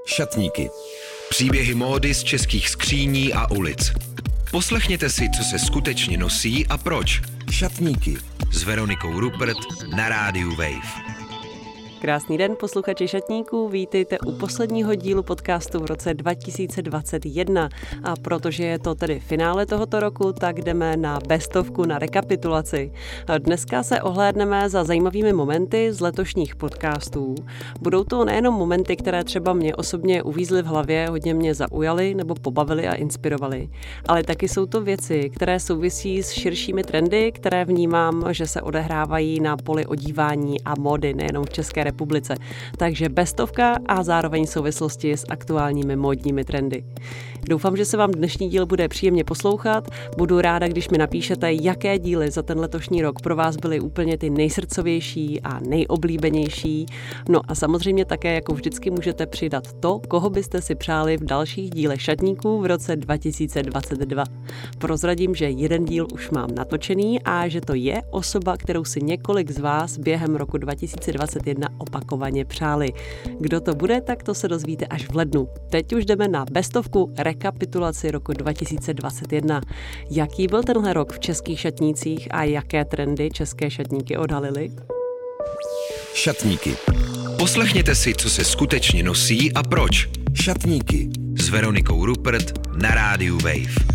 Šatníky. Příběhy módy z českých skříní a ulic. Poslechněte si, co se skutečně nosí a proč. Šatníky s Veronikou Rupert na rádiu Wave. Krásný den, posluchači Šatníků, vítejte u posledního dílu podcastu v roce 2021 a protože je to tedy finále tohoto roku, tak jdeme na bestovku, na rekapitulaci. Dneska se ohlédneme za zajímavými momenty z letošních podcastů. Budou to nejenom momenty, které třeba mě osobně uvízly v hlavě, hodně mě zaujaly nebo pobavily a inspirovaly, ale taky jsou to věci, které souvisí s širšími trendy, které vnímám, že se odehrávají na poli odívání a módy, nejenom v České republice. Takže bestovka a zároveň souvislosti s aktuálními módními trendy. Doufám, že se vám dnešní díl bude příjemně poslouchat. Budu ráda, když mi napíšete, jaké díly za ten letošní rok pro vás byly úplně ty nejsrdcovější a nejoblíbenější. No a samozřejmě také, jako vždycky, můžete přidat to, koho byste si přáli v dalších dílech Šatníků v roce 2022. Prozradím, že jeden díl už mám natočený a že to je osoba, kterou si několik z vás během roku 2021 opakovaně přáli. Kdo to bude, tak to se dozvíte až v lednu. Teď už jdeme na bestovku, rekapitulaci roku 2021. Jaký byl tenhle rok v českých šatnících a jaké trendy české šatníky odhalily? Šatníky. Poslechněte si, co se skutečně nosí a proč. Šatníky s Veronikou Rupert na rádiu Wave.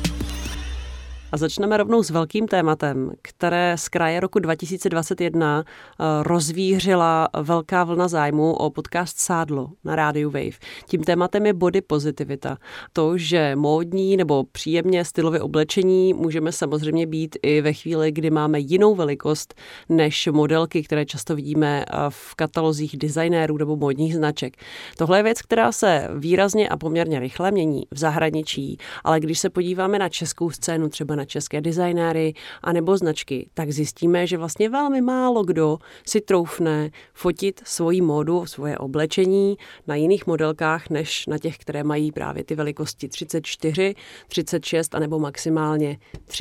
A začneme rovnou s velkým tématem, které z kraje roku 2021 rozvířila velká vlna zájmu o podcast Sádlo na rádiu Wave. Tím tématem je body pozitivita. To, že módní nebo příjemně stylově oblečení můžeme samozřejmě být i ve chvíli, kdy máme jinou velikost než modelky, které často vidíme v katalozích designérů nebo módních značek. Tohle je věc, která se výrazně a poměrně rychle mění v zahraničí, ale když se podíváme na českou scénu, třeba na české designéry a nebo značky, tak zjistíme, že vlastně velmi málo kdo si troufne fotit svoji módu, svoje oblečení na jiných modelkách, než na těch, které mají právě ty velikosti 34, 36 a nebo maximálně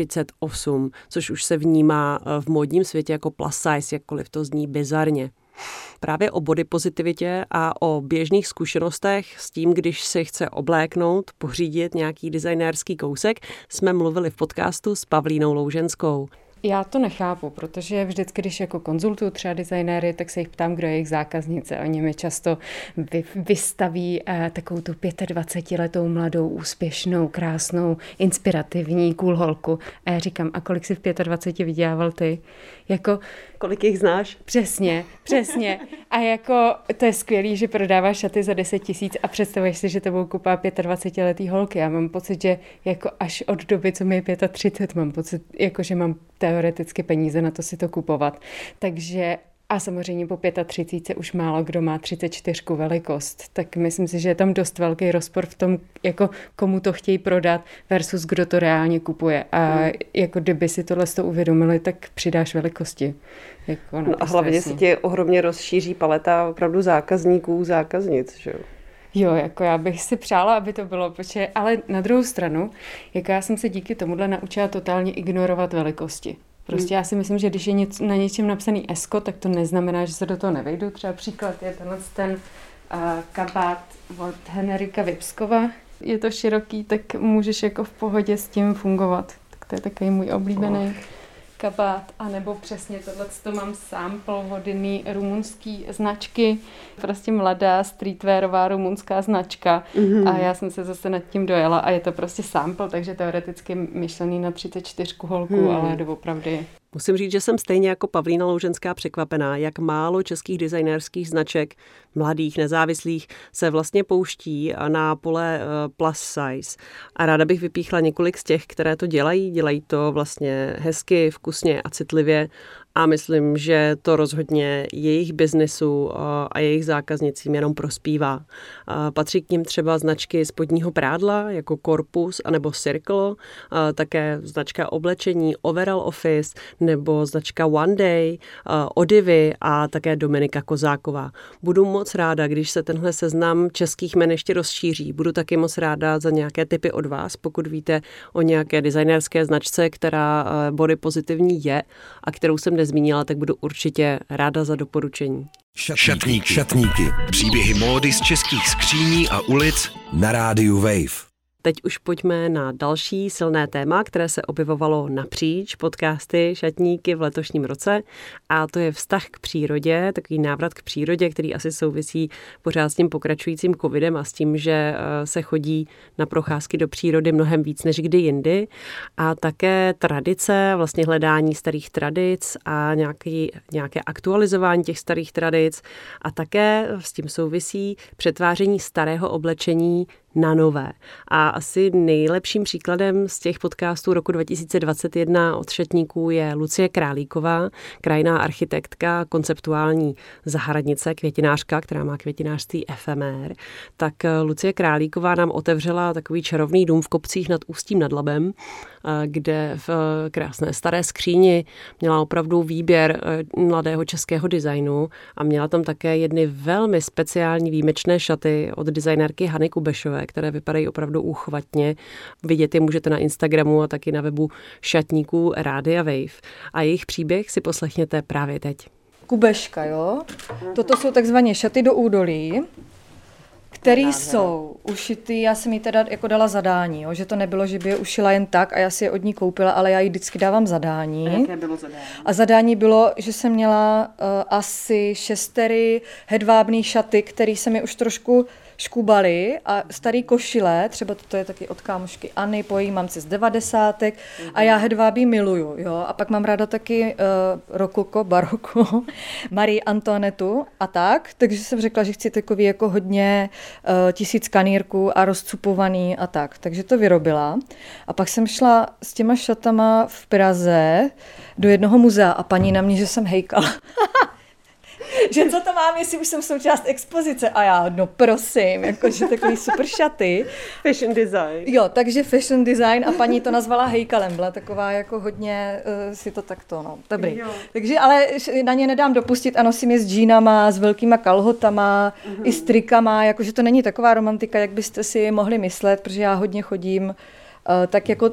38, což už se vnímá v módním světě jako plus size, jakkoliv to zní bizarně. Právě o body pozitivitě a o běžných zkušenostech s tím, když si chce obléknout, pořídit nějaký designérský kousek, jsme mluvili v podcastu s Pavlínou Louženskou. Já to nechápu, protože vždycky, když jako konzultuju třeba designéry, tak se jich ptám, kdo je jejich zákaznice. Oni mi často vystaví takovou tu 25letou mladou, úspěšnou, krásnou, inspirativní cool holku. A já říkám, a kolik jsi v 25 vydělával ty? Jako, kolik jich znáš? Přesně. A jako to je skvělý, že prodáváš šaty za 10 000 a představuješ si, že to budou kupovat 25letý holky. Já mám pocit, že jako až od doby, co mi je 35, mám pocit, jako že mám teoreticky peníze na to si to kupovat. Takže a samozřejmě po 35 už málo kdo má 34 velikost. Tak myslím si, že je tam dost velký rozpor v tom, jako komu to chtějí prodat versus kdo to reálně kupuje. A jako kdyby si tohle uvědomili, tak přidáš velikosti. Jako no a hlavně si ti ohromně rozšíří paleta opravdu zákaznic, že jo? Jo, jako já bych si přála, aby to bylo, protože, ale na druhou stranu, jako já jsem se díky tomuhle naučila totálně ignorovat velikosti. Prostě já si myslím, že když je na něčem napsaný esko, tak to neznamená, že se do toho nevejdu. Třeba příklad je ten kabát od Henrika Vipskova. Je to široký, tak můžeš jako v pohodě s tím fungovat. Tak to je takový můj oblíbený kabát, anebo přesně tohleto mám sample od jedné rumunský značky, prostě mladá streetwearová rumunská značka a já jsem se zase nad tím dojela a je to prostě sample, takže teoreticky myšlený na 34 holku, ale doopravdy. Musím říct, že jsem stejně jako Pavlína Louženská překvapená, jak málo českých designérských značek, mladých, nezávislých, se vlastně pouští na pole plus size. A ráda bych vypíchla několik z těch, které to dělají. Dělají to vlastně hezky, vkusně a citlivě. A myslím, že to rozhodně jejich biznesu a jejich zákaznicím jenom prospívá. Patří k nim třeba značky spodního prádla, jako Corpus anebo Circle, také značka oblečení Overall Office nebo značka One Day, Odivy a také Dominika Kozáková. Budu moc ráda, když se tenhle seznam českých jmen ještě rozšíří. Budu taky moc ráda za nějaké tipy od vás, pokud víte o nějaké designérské značce, která body pozitivní je a kterou jsem nezmínila, tak budu určitě ráda za doporučení. Šatníky. Příběhy módy z českých skříní a ulic na rádiu Wave. Teď už pojďme na další silné téma, které se objevovalo napříč podcasty Šatníky v letošním roce, a to je vztah k přírodě, takový návrat k přírodě, který asi souvisí pořád s tím pokračujícím covidem a s tím, že se chodí na procházky do přírody mnohem víc než kdy jindy, a také tradice, vlastně hledání starých tradic a nějaké aktualizování těch starých tradic, a také s tím souvisí přetváření starého oblečení na nové. A asi nejlepším příkladem z těch podcastů roku 2021 od Šatníků je Lucie Králíková, krajinná architektka, konceptuální zahradnice, květinářka, která má květinářství efemér. Tak Lucie Králíková nám otevřela takový čarovný dům v Kopcích nad Ústím nad Labem, kde v krásné staré skříni měla opravdu výběr mladého českého designu a měla tam také jedny velmi speciální výjimečné šaty od designérky Hany Kubešové, které vypadají opravdu úchvatně. Vidět je můžete na Instagramu a taky na webu Šatníků Rádia Wave. A jejich příběh si poslechněte právě teď. Kubeška, jo? Toto jsou takzvané šaty do údolí, které jsou ušity, já jsem jí teda jako dala zadání, jo? Že to nebylo, že by je ušila jen tak a já si je od ní koupila, ale já jí vždycky dávám zadání. A jaké bylo zadání? A zadání bylo, že jsem měla asi 6 hedvábný šaty, které se mi už trošku škubaly, a starý košile, třeba toto je taky od kámošky Anny, po její mamce z 90. A já hedvábí miluju, jo. A pak mám ráda taky rokoko, baroko, Marie Antoinetu a tak, takže jsem řekla, že chci takový jako hodně 1000 kanírků a rozcupovaný a tak. Takže to vyrobila. A pak jsem šla s těma šatama v Praze do jednoho muzea a paní na mě, že jsem hejkala. Že co to mám, jestli už jsem součást expozice. A já, no prosím, jakože takový super šaty. Fashion design. Jo, takže fashion design a paní to nazvala hejkalem. Byla taková jako hodně si to takto, no. Dobrý. Jo. Takže ale na ně nedám dopustit a nosím je s džínama, s velkýma kalhotama, i s trikama, jakože to není taková romantika, jak byste si mohli myslet, protože já hodně chodím tak jako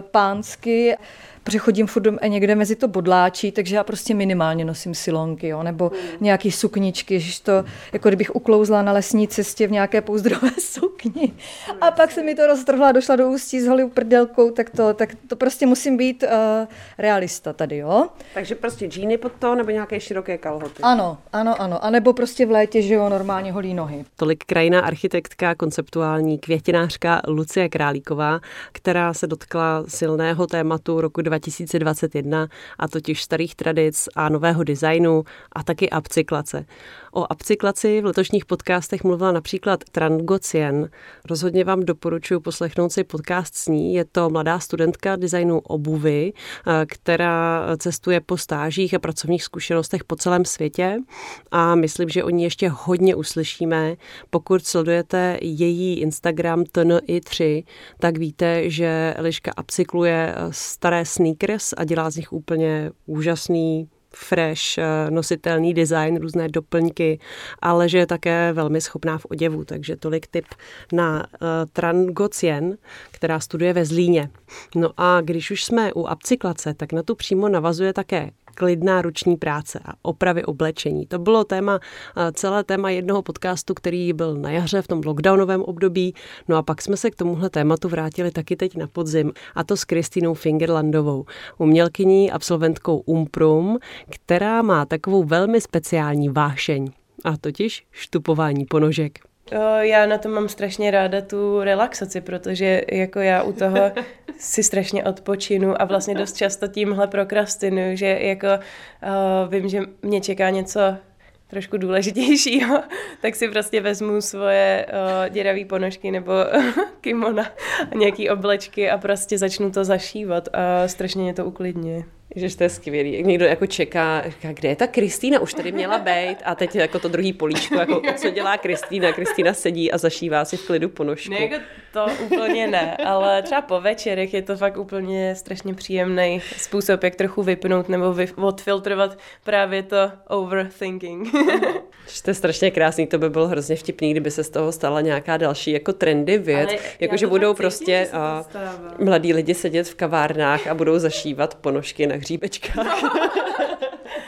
pánsky, protože chodím furt někde mezi to bodláčí, takže já prostě minimálně nosím silonky, jo, nebo nějaký sukničky, že to, jako kdybych uklouzla na lesní cestě v nějaké pouzdrové sukni. A pak se mi to roztrhla, došla do Ústí s holou prdelkou, tak to prostě musím být realista tady, jo. Takže prostě džíny pod to, nebo nějaké široké kalhoty. Ano, a nebo prostě v létě, že jo, normálně holí nohy. Tolik krajinná architektka, konceptuální květinářka Lucie Králíková, která se dotkla silného tématu roku 2021, a totiž starých tradic a nového designu a taky upcyklace. O upcyklaci v letošních podcastech mluvila například Tran Ngo-jen. Rozhodně vám doporučuji poslechnout si podcast s ní. Je to mladá studentka designu obuvy, která cestuje po stážích a pracovních zkušenostech po celém světě, a myslím, že o ní ještě hodně uslyšíme. Pokud sledujete její Instagram TNI3, tak víte, že Eliška upcykluje staré sneakers a dělá z nich úplně úžasný, fresh, nositelný design, různé doplňky, ale že je také velmi schopná v oděvu, takže tolik tip na Tran Ngo-jen, která studuje ve Zlíně. No a když už jsme u upcyklace, tak na tu přímo navazuje také klidná ruční práce a opravy oblečení. To bylo celé téma jednoho podcastu, který byl na jaře v tom lockdownovém období. No a pak jsme se k tomuhle tématu vrátili taky teď na podzim, a to s Kristýnou Fingerlandovou, umělkyní, absolventkou Umprum, která má takovou velmi speciální vášeň, a totiž štupování ponožek. Já na to mám strašně ráda tu relaxaci, protože jako já u toho si strašně odpočinu a vlastně dost často tímhle prokrastinuju, že jako vím, že mě čeká něco trošku důležitějšího, tak si prostě vezmu svoje děravé ponožky nebo kimona a nějaký oblečky a prostě začnu to zašívat a strašně mě to uklidňuje. Ježiš, to je skvělý. Jak někdo jako čeká, kde je ta Kristýna? Už tady měla bejt, a teď jako to druhý políčko, jako co dělá Kristýna? Kristýna sedí a zašívá si v klidu ponožku. Ne, jako to úplně ne, ale třeba po večerech je to fakt úplně strašně příjemný způsob, jak trochu vypnout nebo odfiltrovat právě to overthinking. To je strašně krásný, to by bylo hrozně vtipný, kdyby se z toho stala nějaká další jako trendy věc, jakože budou prostě mladí lidi sedět v kavárnách a budou zašívat ponožky na hříbečkách.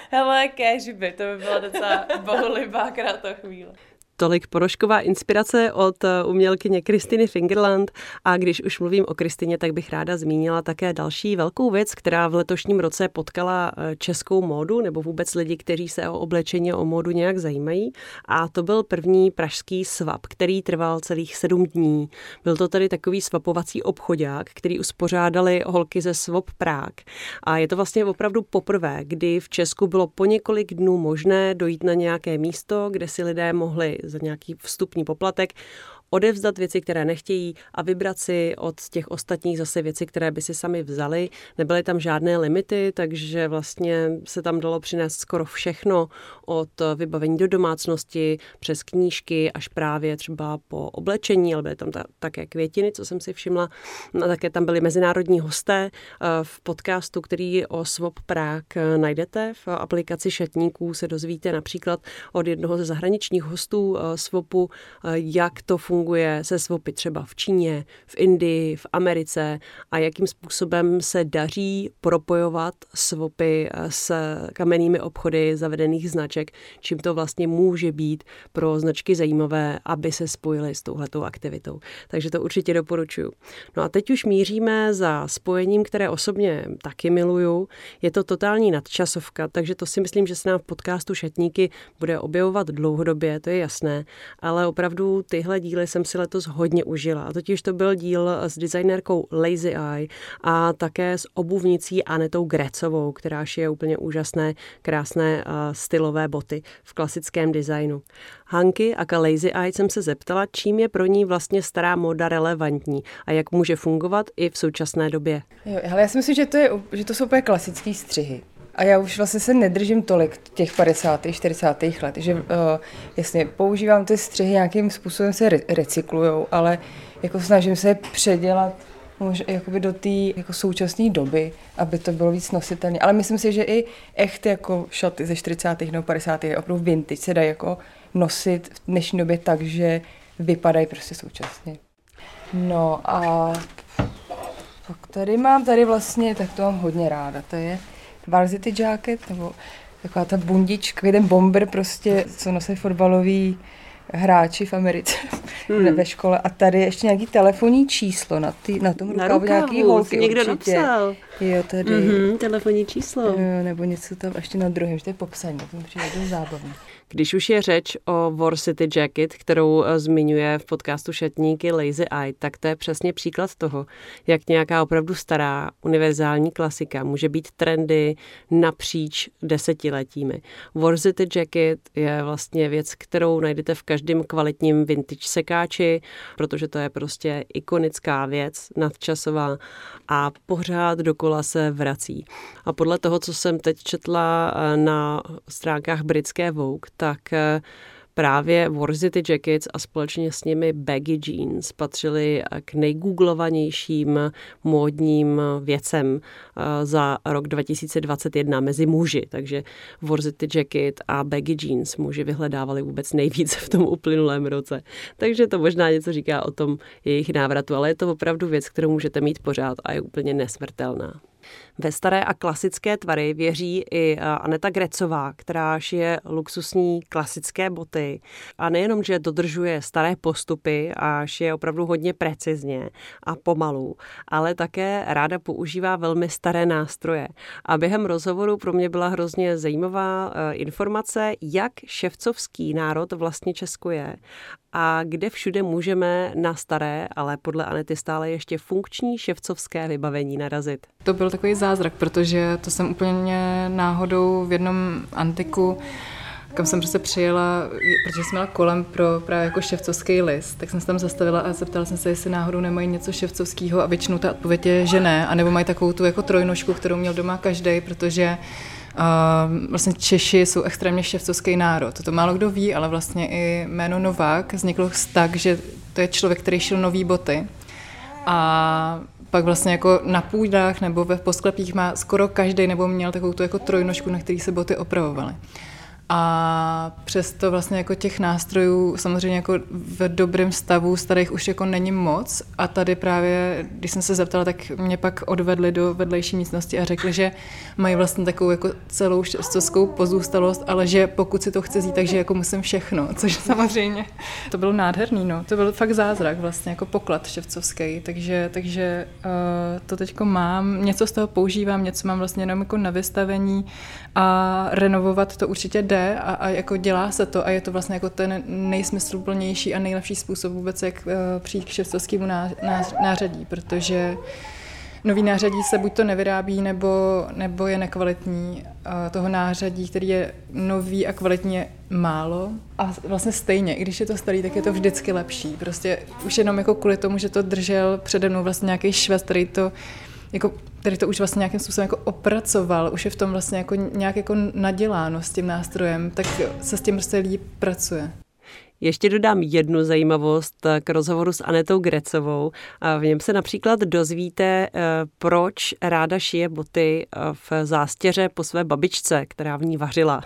hele, kéžby, to by byla docela bohulibá chvíle. Tolik ponožková inspirace od umělkyně Kristiny Fingerland a když už mluvím o Kristině, tak bych ráda zmínila také další velkou věc, která v letošním roce potkala českou módu nebo vůbec lidi, kteří se o oblečení a o módu nějak zajímají a to byl první pražský swap, který trval celých 7 dní. Byl to tedy takový swapovací obchodák, který uspořádali holky ze Swap Prague a je to vlastně opravdu poprvé, kdy v Česku bylo po několik dnů možné dojít na nějaké místo, kde si lidé mohli za nějaký vstupní poplatek odevzdat věci, které nechtějí a vybrat si od těch ostatních zase věci, které by si sami vzali. Nebyly tam žádné limity, takže vlastně se tam dalo přinést skoro všechno od vybavení do domácnosti, přes knížky až právě třeba po oblečení, ale byly tam také květiny, co jsem si všimla. A také tam byli mezinárodní hosté v podcastu, který o Swap Prague najdete. V aplikaci Šatníků se dozvíte například od jednoho ze zahraničních hostů Swapu, jak to funguje se swapy třeba v Číně, v Indii, v Americe a jakým způsobem se daří propojovat swapy s kamennými obchody zavedených značek, čím to vlastně může být pro značky zajímavé, aby se spojily s touhletou aktivitou. Takže to určitě doporučuju. No a teď už míříme za spojením, které osobně taky miluju. Je to totální nadčasovka, takže to si myslím, že se nám v podcastu Šatníky bude objevovat dlouhodobě, to je jasné, ale opravdu tyhle díly jsem si letos hodně užila. A totiž to byl díl s designérkou Lazy Eye a také s obuvnicí Anetou Grecovou, která šije úplně úžasné, krásné stylové boty v klasickém designu. Hanky aka Lazy Eye jsem se zeptala, čím je pro ní vlastně stará móda relevantní a jak může fungovat i v současné době. Jo, ale já si myslím, že to jsou úplně klasický střihy. A já už vlastně se nedržím tolik těch 50. 40. let, že jasně používám ty střihy, nějakým způsobem se recyklujou, ale jako snažím se je předělat jakoby do té jako současné doby, aby to bylo víc nositelné. Ale myslím si, že i echt jako šaty ze 40. nebo 50. opravdu vintage se dají jako nosit v dnešní době tak, že vypadají prostě současně. No a pak tady vlastně, tak to mám hodně ráda, to je varsity jacket, nebo taková ta bundička, ten bomber prostě, co nosí fotbaloví hráči v Americe ve škole. A tady je ještě nějaký telefonní číslo na tom rukávu, nějaký holky někdo určitě. Napsal. Jo, tady. Telefonní číslo. Nebo něco tam ještě na druhém, že to je popsaní, to mi přijde dost zábavné. Když už je řeč o Varsity Jacket, kterou zmiňuje v podcastu Šatníky Lazy Eye, tak to je přesně příklad toho, jak nějaká opravdu stará univerzální klasika může být trendy napříč desetiletími. Varsity Jacket je vlastně věc, kterou najdete v každém kvalitním vintage sekáči, protože to je prostě ikonická věc, nadčasová a pořád dokola se vrací. A podle toho, co jsem teď četla na stránkách britské Vogue, tak právě Varsity Jackets a společně s nimi baggy jeans patřily k nejgooglovanějším módním věcem za rok 2021 mezi muži. Takže Varsity Jacket a baggy jeans muži vyhledávali vůbec nejvíc v tom uplynulém roce. Takže to možná něco říká o tom jejich návratu, ale je to opravdu věc, kterou můžete mít pořád a je úplně nesmrtelná. Ve staré a klasické tvary věří i Aneta Grecová, která šije luxusní klasické boty. A nejenom, že dodržuje staré postupy a šije opravdu hodně precizně a pomalu, ale také ráda používá velmi staré nástroje. A během rozhovoru pro mě byla hrozně zajímavá informace, jak ševcovský národ vlastně Česko je a kde všude můžeme na staré, ale podle Anety stále ještě funkční ševcovské vybavení narazit. To byl takový zázrak, protože to jsem úplně náhodou v jednom antiku, kam jsem prostě přijela, protože jsem měla kolem pro právě jako ševcovský list, tak jsem se tam zastavila a zeptala jsem se, jestli náhodou nemají něco ševcovského a většinou ta odpověď je, že ne, anebo mají takovou tu jako trojnožku, kterou měl doma každej, protože vlastně Češi jsou extrémně ševcovský národ. To málo kdo ví, ale vlastně i jméno Novák vzniklo tak, že to je člověk, který šil nový boty a pak vlastně jako na půdách nebo ve posklepích má skoro každý nebo měl takovou tu jako trojnožku, na který se boty opravovaly. A přesto vlastně jako těch nástrojů samozřejmě jako v dobrém stavu starých už jako není moc a tady právě, když jsem se zeptala, tak mě pak odvedli do vedlejší místnosti a řekli, že mají vlastně takovou jako celou ševcovskou pozůstalost, ale že pokud si to chce vzít, takže jako musím všechno, což samozřejmě to bylo nádherný, no. To byl fakt zázrak vlastně, jako poklad ševcovský, takže to teďko mám, něco z toho používám, něco mám vlastně jenom jako na vystavení a renovovat to určitě jde a jako dělá se to a je to vlastně jako ten nejsmysluplnější a nejlepší způsob vůbec, jak přijít k ševcovskému nářadí, protože nový nářadí se buď to nevyrábí, nebo je nekvalitní. Toho nářadí, který je nový a kvalitní, je málo. A vlastně stejně, i když je to starý, tak je to vždycky lepší. Prostě už jenom jako kvůli tomu, že to držel přede mnou vlastně nějaký švec, který to už vlastně nějakým způsobem jako opracoval, už je v tom vlastně jako nějak jako naděláno s tím nástrojem, tak se s tím prostě líp pracuje. Ještě dodám jednu zajímavost k rozhovoru s Anetou Grecovou. V něm se například dozvíte, proč ráda šije boty v zástěře po své babičce, která v ní vařila.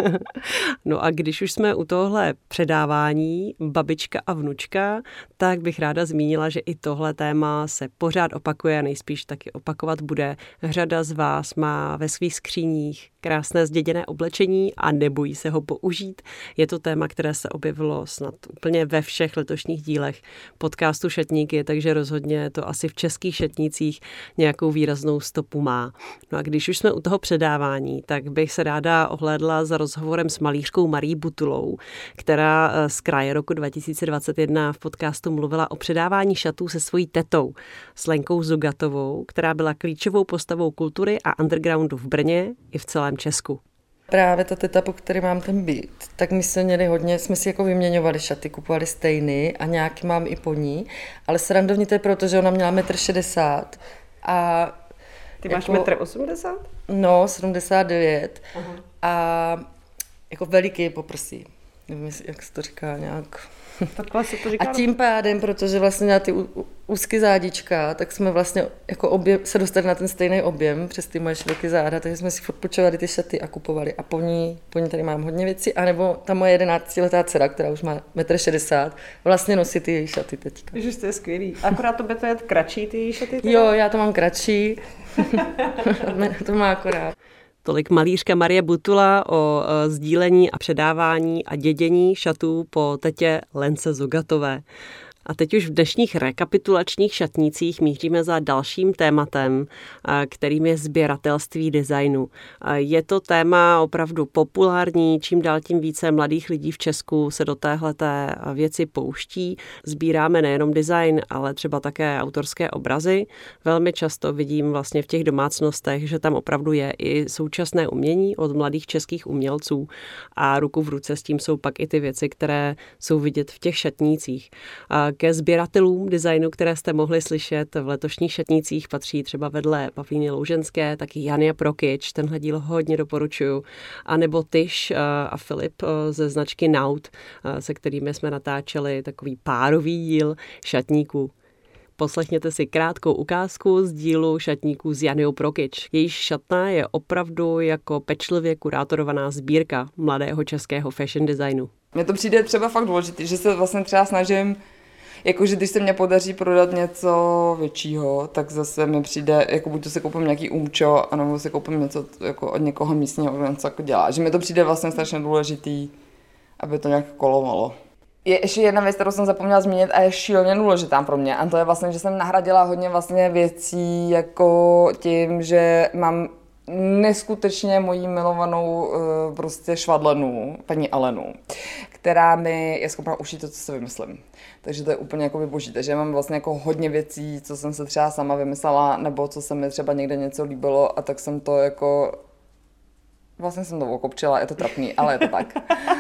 No a když už jsme u tohle předávání babička a vnučka, tak bych ráda zmínila, že i tohle téma se pořád opakuje a nejspíš taky opakovat bude. Řada z vás má ve svých skříních krásné zděděné oblečení a nebojí se ho použít. Je to téma, které se objevilo snad úplně ve všech letošních dílech podcastu Šatníky, takže rozhodně to asi v českých šatnících nějakou výraznou stopu má. No a když už jsme u toho předávání, tak bych se ráda ohlédla za rozhovorem s malířkou Marií Butulou, která z kraje roku 2021 v podcastu mluvila o předávání šatů se svojí tetou, s Lenkou Zugatovou, která byla klíčovou postavou kultury a undergroundu v Brně i v celém Česku. Právě ta teta, po který mám ten byt, tak my jsme měli hodně, jsme si jako vyměňovali šaty, kupovali stejný a nějaký mám i po ní, ale srandovní to je proto, že ona měla 1,60 m a... Ty máš 1,80 m? No, 79 a jako veliký poprsí. Nevím, jak se to říká nějak... Takhle se to říká. A tím pádem, protože vlastně měla ty úzky zádička, tak jsme vlastně jako se dostali na ten stejný objem přes ty moje široké záda, takže jsme si furt počovali ty šaty a kupovali. A po ní tady mám hodně věcí, anebo ta moje 11letá dcera, která už má 1,60 m, vlastně nosí ty její šaty teďka. Ježiš, to je skvělý. Akorát to je kratší ty její šaty? Teda? Jo, já to mám kratší. To má akorát. Tolik malířka Marie Butula o sdílení a předávání a dědění šatů po tetě Lence Zugatové. A teď už v dnešních rekapitulačních šatnících míříme za dalším tématem, kterým je sběratelství designu. Je to téma opravdu populární, čím dál tím více mladých lidí v Česku se do téhleté věci pouští. Sbíráme nejenom design, ale třeba také autorské obrazy. Velmi často vidím vlastně v těch domácnostech, že tam opravdu je i současné umění od mladých českých umělců a ruku v ruce s tím jsou pak i ty věci, které jsou vidět v těch šatnících. Ke sběratelům designu, které jste mohli slyšet v letošních šatnících, patří třeba vedle Pavlíny Louženské, taky Jania Prokyč, tenhle díl hodně doporučuju, anebo Tyš a Filip ze značky Naut, se kterými jsme natáčeli takový párový díl šatníků. Poslechněte si krátkou ukázku z dílu šatníků s Janiou Prokyč. Jejíž šatna je opravdu jako pečlivě kurátorovaná sbírka mladého českého fashion designu. Mně to přijde třeba fakt důležitý, že se vlastně třeba snažím, jakože když se mně podaří prodat něco většího, tak zase mi přijde, jako buď to si koupím nějaký umčo, anebo si koupím něco jako od někoho místního, kdo něco jako dělá. Že mi to přijde vlastně strašně důležitý, aby to nějak kolovalo. Je ještě jedna věc, kterou jsem zapomněla zmínit a je šíleně důležitá pro mě. A to je vlastně, že jsem nahradila hodně vlastně věcí jako tím, že mám neskutečně mojí milovanou prostě švadlenu, paní Alenu, která mi je schopná ušít to, co si vymyslím. Takže to je úplně jako boží. Takže mám vlastně jako hodně věcí, co jsem se třeba sama vymyslela, nebo co se mi třeba někde něco líbilo a tak jsem to jako... Vlastně jsem to okopčila, je to trapný, ale je to tak.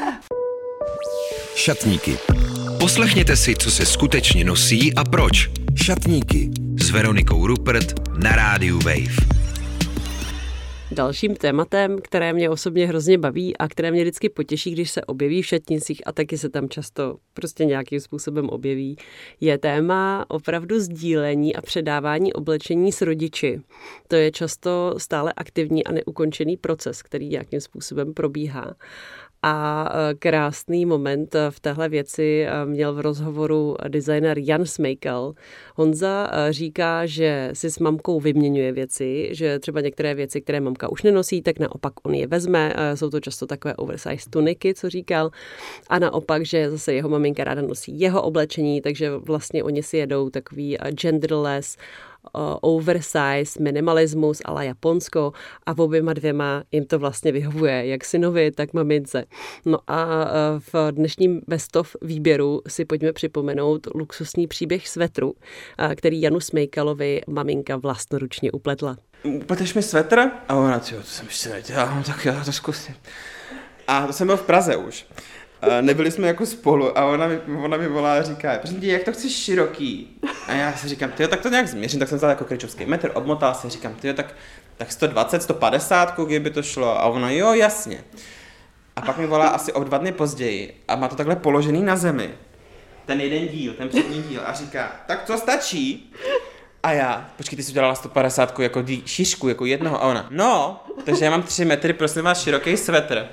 Šatníky. Poslechněte si, co se skutečně nosí a proč. Šatníky s Veronikou Rupert na rádiu Wave. Dalším tématem, které mě osobně hrozně baví a které mě vždycky potěší, když se objeví v šatnicích a taky se tam často prostě nějakým způsobem objeví, je téma opravdu sdílení a předávání oblečení s rodiči. To je často stále aktivní a neukončený proces, který nějakým způsobem probíhá. A krásný moment v téhle věci měl v rozhovoru designer Jan Smejkal. Honza říká, že si s mamkou vyměňuje věci, že třeba některé věci, které mamka už nenosí, tak naopak on je vezme. Jsou to často takové oversize tuniky, co říkal. A naopak, že zase jeho maminka ráda nosí jeho oblečení, takže vlastně oni si jedou takový genderless, oversize, minimalismus a la Japonsko a oběma dvěma jim to vlastně vyhovuje, jak synovi, tak mamince. No a v dnešním best of výběru si pojďme připomenout luxusní příběh svetru, který Janu Smejkalovi maminka vlastnoručně upletla. Upleteš mi svetr? A ona, to jsem ještě nedělala, tak já to zkusím. A to jsem byl v Praze už. Nebyli jsme jako spolu a ona mi volá a říká, prosím tě, jak to chceš široký? A já si říkám, tyjo, tak to nějak změřím, tak jsem vzal jako kryčovský metr, obmotal se, říkám, tyjo, tak 120, 150, kdyby to šlo. A ona, jo, jasně. A pak mi volá asi o 2 dny později a má to takhle položený na zemi. Ten jeden díl, ten přední díl a říká, tak to stačí? A já, počkej, ty jsi udělala 150 jako šířku, jako jednoho a ona, no, takže já mám 3 metry, prosím vás, široký svetr.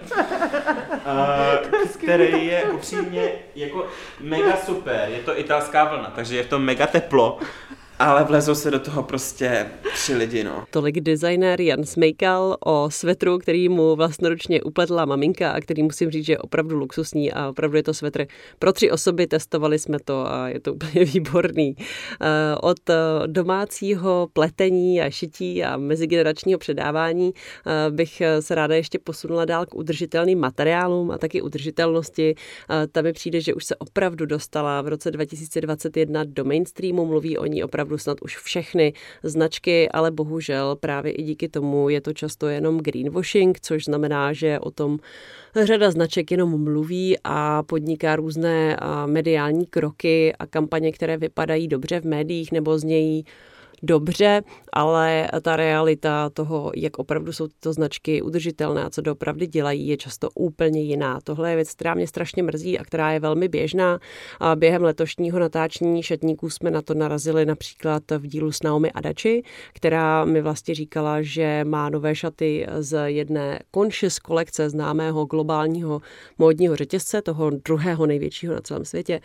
Který je upřímně jako mega super, je to italská vlna, takže je v tom mega teplo, ale vlezou se do toho prostě 3 lidi, no. Tolik designér Jan Smejkal o svetru, který mu vlastnoručně upletla maminka a který musím říct, že je opravdu luxusní a opravdu je to svetr pro 3 osoby, testovali jsme to a je to úplně výborný. Od domácího pletení a šití a mezigeneračního předávání bych se ráda ještě posunula dál k udržitelným materiálům a taky udržitelnosti. Tam mi přijde, že už se opravdu dostala v roce 2021 do mainstreamu, mluví o ní opravdu snad už všechny značky, ale bohužel právě i díky tomu je to často jenom greenwashing, což znamená, že o tom řada značek jenom mluví a podniká různé mediální kroky a kampaně, které vypadají dobře v médiích nebo znějí dobře, ale ta realita toho, jak opravdu jsou tyto značky udržitelné a co doopravdy dělají, je často úplně jiná. Tohle je věc, která mě strašně mrzí a která je velmi běžná. A během letošního natáčení šatníků jsme na to narazili například v dílu s Naomi Adachi, která mi vlastně říkala, že má nové šaty z jedné Conscious kolekce známého globálního módního řetězce, toho druhého největšího na celém světě.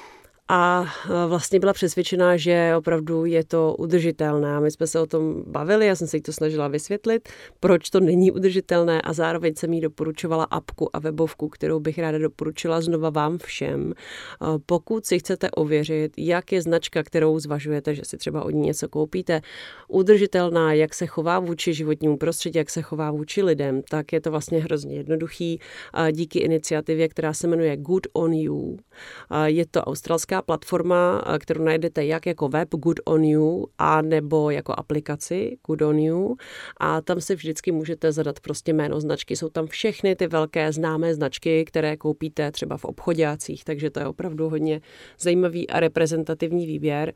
A vlastně byla přesvědčená, že opravdu je to udržitelné. My jsme se o tom bavili, já jsem se jí to snažila vysvětlit, proč to není udržitelné a zároveň jsem jí doporučovala apku a webovku, kterou bych ráda doporučila znova vám všem. Pokud si chcete ověřit, jak je značka, kterou zvažujete, že si třeba od ní něco koupíte, udržitelná, jak se chová vůči životnímu prostředí, jak se chová vůči lidem, tak je to vlastně hrozně jednoduchý. Díky iniciativě, která se jmenuje Good on You. Je to australská platforma, kterou najdete jak jako web Good on You, a nebo jako aplikaci Good on You. A tam si vždycky můžete zadat prostě jméno značky. Jsou tam všechny ty velké známé značky, které koupíte třeba v obchoďácích, takže to je opravdu hodně zajímavý a reprezentativní výběr.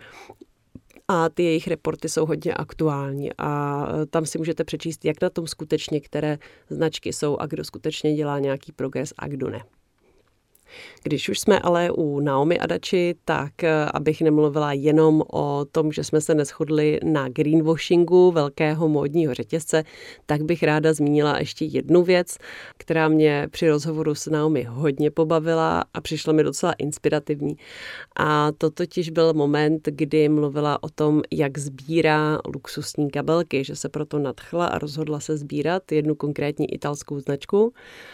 A ty jejich reporty jsou hodně aktuální a tam si můžete přečíst, jak na tom skutečně které značky jsou a kdo skutečně dělá nějaký progres a kdo ne. Když už jsme ale u Naomi Adachi, tak abych nemluvila jenom o tom, že jsme se neshodli na greenwashingu velkého módního řetězce, tak bych ráda zmínila ještě jednu věc, která mě při rozhovoru s Naomi hodně pobavila a přišla mi docela inspirativní. A to totiž byl moment, kdy mluvila o tom, jak sbírá luxusní kabelky, že se proto nadchla a rozhodla se sbírat jednu konkrétní italskou značku.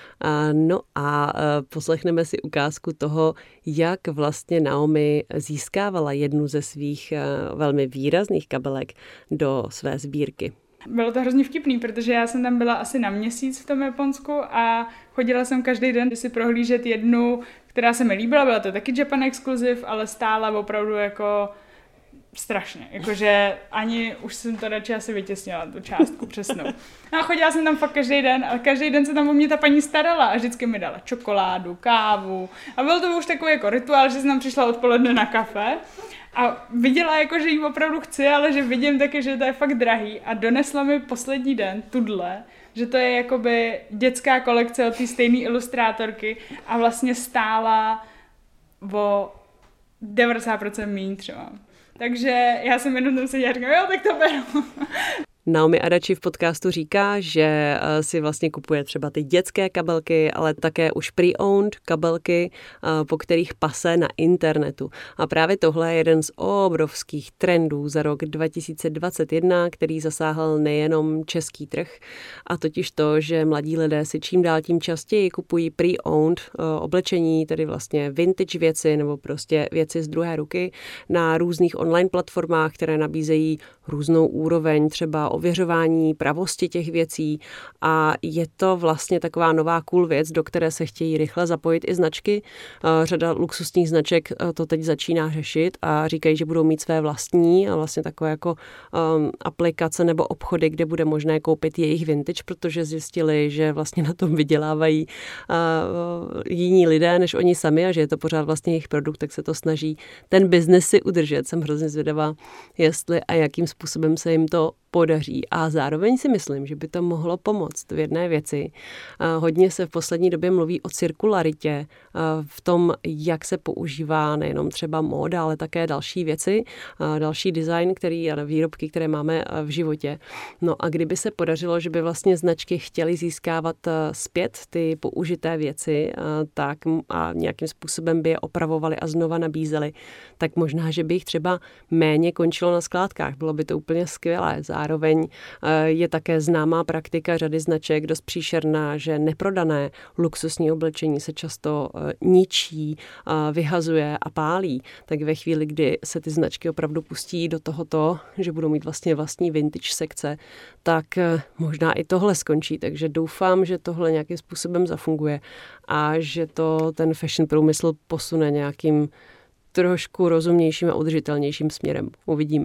No a poslechneme si ukázku toho, jak vlastně Naomi získávala jednu ze svých velmi výrazných kabelek do své sbírky. Bylo to hrozně vtipný, protože já jsem tam byla asi na měsíc v tom Japonsku a chodila jsem každý den si prohlížet jednu, která se mi líbila, byla to taky Japan Exclusive, ale stála opravdu jako strašně, jakože ani už jsem to radši asi vytěsnila, tu částku přesnou. No a chodila jsem tam fakt každý den, ale každý den se tam o mě ta paní starala a vždycky mi dala čokoládu, kávu a byl to už takový jako rituál, že jsem tam přišla odpoledne na kafe a viděla jako, že jí opravdu chci, ale že vidím taky, že to je fakt drahý a donesla mi poslední den tudle, že to je jakoby dětská kolekce od té stejné ilustrátorky a vlastně stála o 90% míň třeba. Takže já jsem jenom tam seděla a říkám, jo, tak to beru. Naomi Adachi v podcastu říká, že si vlastně kupuje třeba ty dětské kabelky, ale také už pre-owned kabelky, po kterých pase na internetu. A právě tohle je jeden z obrovských trendů za rok 2021, který zasáhl nejenom český trh, a totiž to, že mladí lidé si čím dál tím častěji kupují pre-owned oblečení, tedy vlastně vintage věci nebo prostě věci z druhé ruky na různých online platformách, které nabízejí různou úroveň třeba ověřování pravosti těch věcí, a je to vlastně taková nová cool věc, do které se chtějí rychle zapojit i značky. Řada luxusních značek to teď začíná řešit a říkají, že budou mít své vlastní a vlastně takové jako aplikace nebo obchody, kde bude možné koupit jejich vintage, protože zjistili, že vlastně na tom vydělávají jiní lidé než oni sami a že je to pořád vlastně jejich produkt, tak se to snaží ten biznes si udržet. Jsem hrozně zvědavá, jestli a jakým způsobem se jim to podaří. A zároveň si myslím, že by to mohlo pomoct v jedné věci. Hodně se v poslední době mluví o cirkularitě, v tom, jak se používá nejenom třeba móda, ale také další věci, další design, a výrobky, které máme v životě. No a kdyby se podařilo, že by vlastně značky chtěly získávat zpět ty použité věci, tak a nějakým způsobem by je opravovali a znova nabízeli, tak možná, že by jich třeba méně končilo na skládkách. Bylo by to úplně skvělé. Zároveň je také známá praktika řady značek dost příšerná, že neprodané luxusní oblečení se často ničí, vyhazuje a pálí. Tak ve chvíli, kdy se ty značky opravdu pustí do tohoto, že budou mít vlastně vlastní vintage sekce, tak možná i tohle skončí. Takže doufám, že tohle nějakým způsobem zafunguje a že to ten fashion průmysl posune nějakým trošku rozumnějším a udržitelnějším směrem. Uvidíme.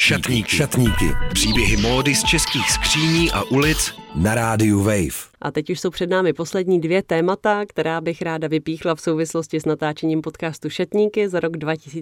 Šatníky. Příběhy módy z českých skříní a ulic na rádiu Wave. A teď už jsou před námi poslední 2 témata, která bych ráda vypíchla v souvislosti s natáčením podcastu Šatníky za rok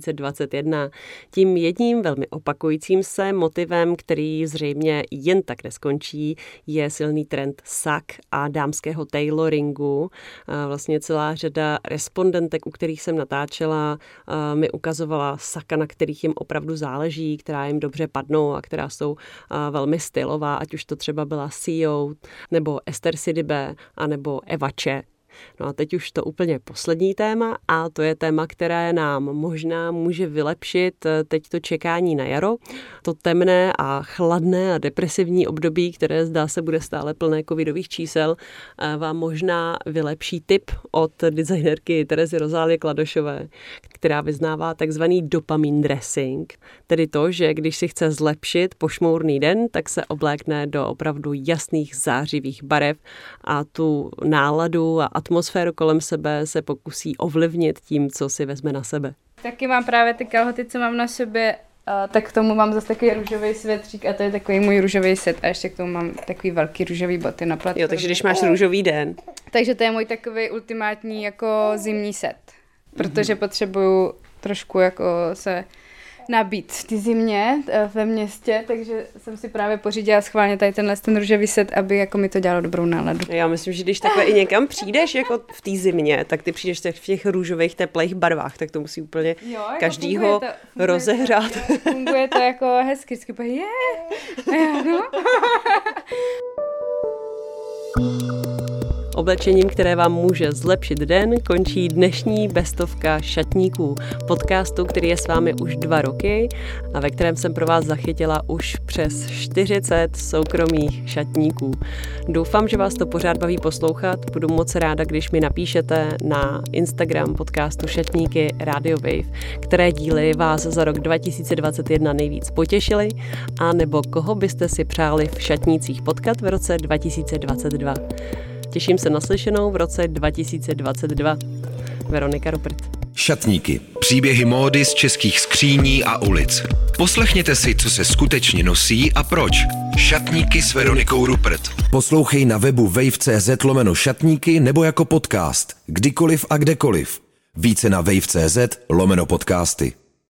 2021. Tím jedním velmi opakujícím se motivem, který zřejmě jen tak neskončí, je silný trend sak a dámského tailoringu. Vlastně celá řada respondentek, u kterých jsem natáčela, mi ukazovala saka, na kterých jim opravdu záleží, která jim dobře padnou a která jsou velmi stylová, ať už to třeba byla CEO nebo Esther Sidibe a nebo Eva Che. No a teď už to úplně poslední téma a to je téma, které nám možná může vylepšit teď to čekání na jaro. To temné a chladné a depresivní období, které zdá se bude stále plné covidových čísel, vám možná vylepší tip od designerky Terezy Rozálie Kladošové, která vyznává takzvaný dopamin dressing, tedy to, že když si chce zlepšit pošmourný den, tak se oblékne do opravdu jasných zářivých barev a tu náladu a atmosféru kolem sebe se pokusí ovlivnit tím, co si vezme na sebe. Taky mám právě ty kalhoty, co mám na sobě, tak k tomu mám zase takový růžový svetřík a to je takový můj růžový set a ještě k tomu mám takový velký růžový boty na platformě. Jo, takže když máš růžový den. Takže to je můj takový ultimátní jako zimní set, protože potřebuju trošku jako se nabít v té zimě ve městě, takže jsem si právě pořídila schválně tady ten růžový set, aby jako mi to dělalo dobrou náladu. Já myslím, že když takhle i někam přijdeš jako v té zimě, tak ty přijdeš v těch růžových teplých barvách, tak to musí úplně jako každýho rozehřát. Funguje to jako hezky, vždycky no. Oblečením, které vám může zlepšit den, končí dnešní bestovka šatníků, podcastu, který je s vámi už 2 roky a ve kterém jsem pro vás zachytila už přes 40 soukromých šatníků. Doufám, že vás to pořád baví poslouchat. Budu moc ráda, když mi napíšete na Instagram podcastu Šatníky Radio Wave, které díly vás za rok 2021 nejvíc potěšily, a nebo koho byste si přáli v šatnících potkat v roce 2022. Těším se na slyšenou v roce 2022. Veronika Rupert. Šatníky. Příběhy módy z českých skříní a ulic. Poslechněte si, co se skutečně nosí a proč. Šatníky s Veronikou Rupert. Poslouchej na webu wave.cz/šatníky nebo jako podcast. Kdykoliv a kdekoliv. Více na wave.cz/podcasty.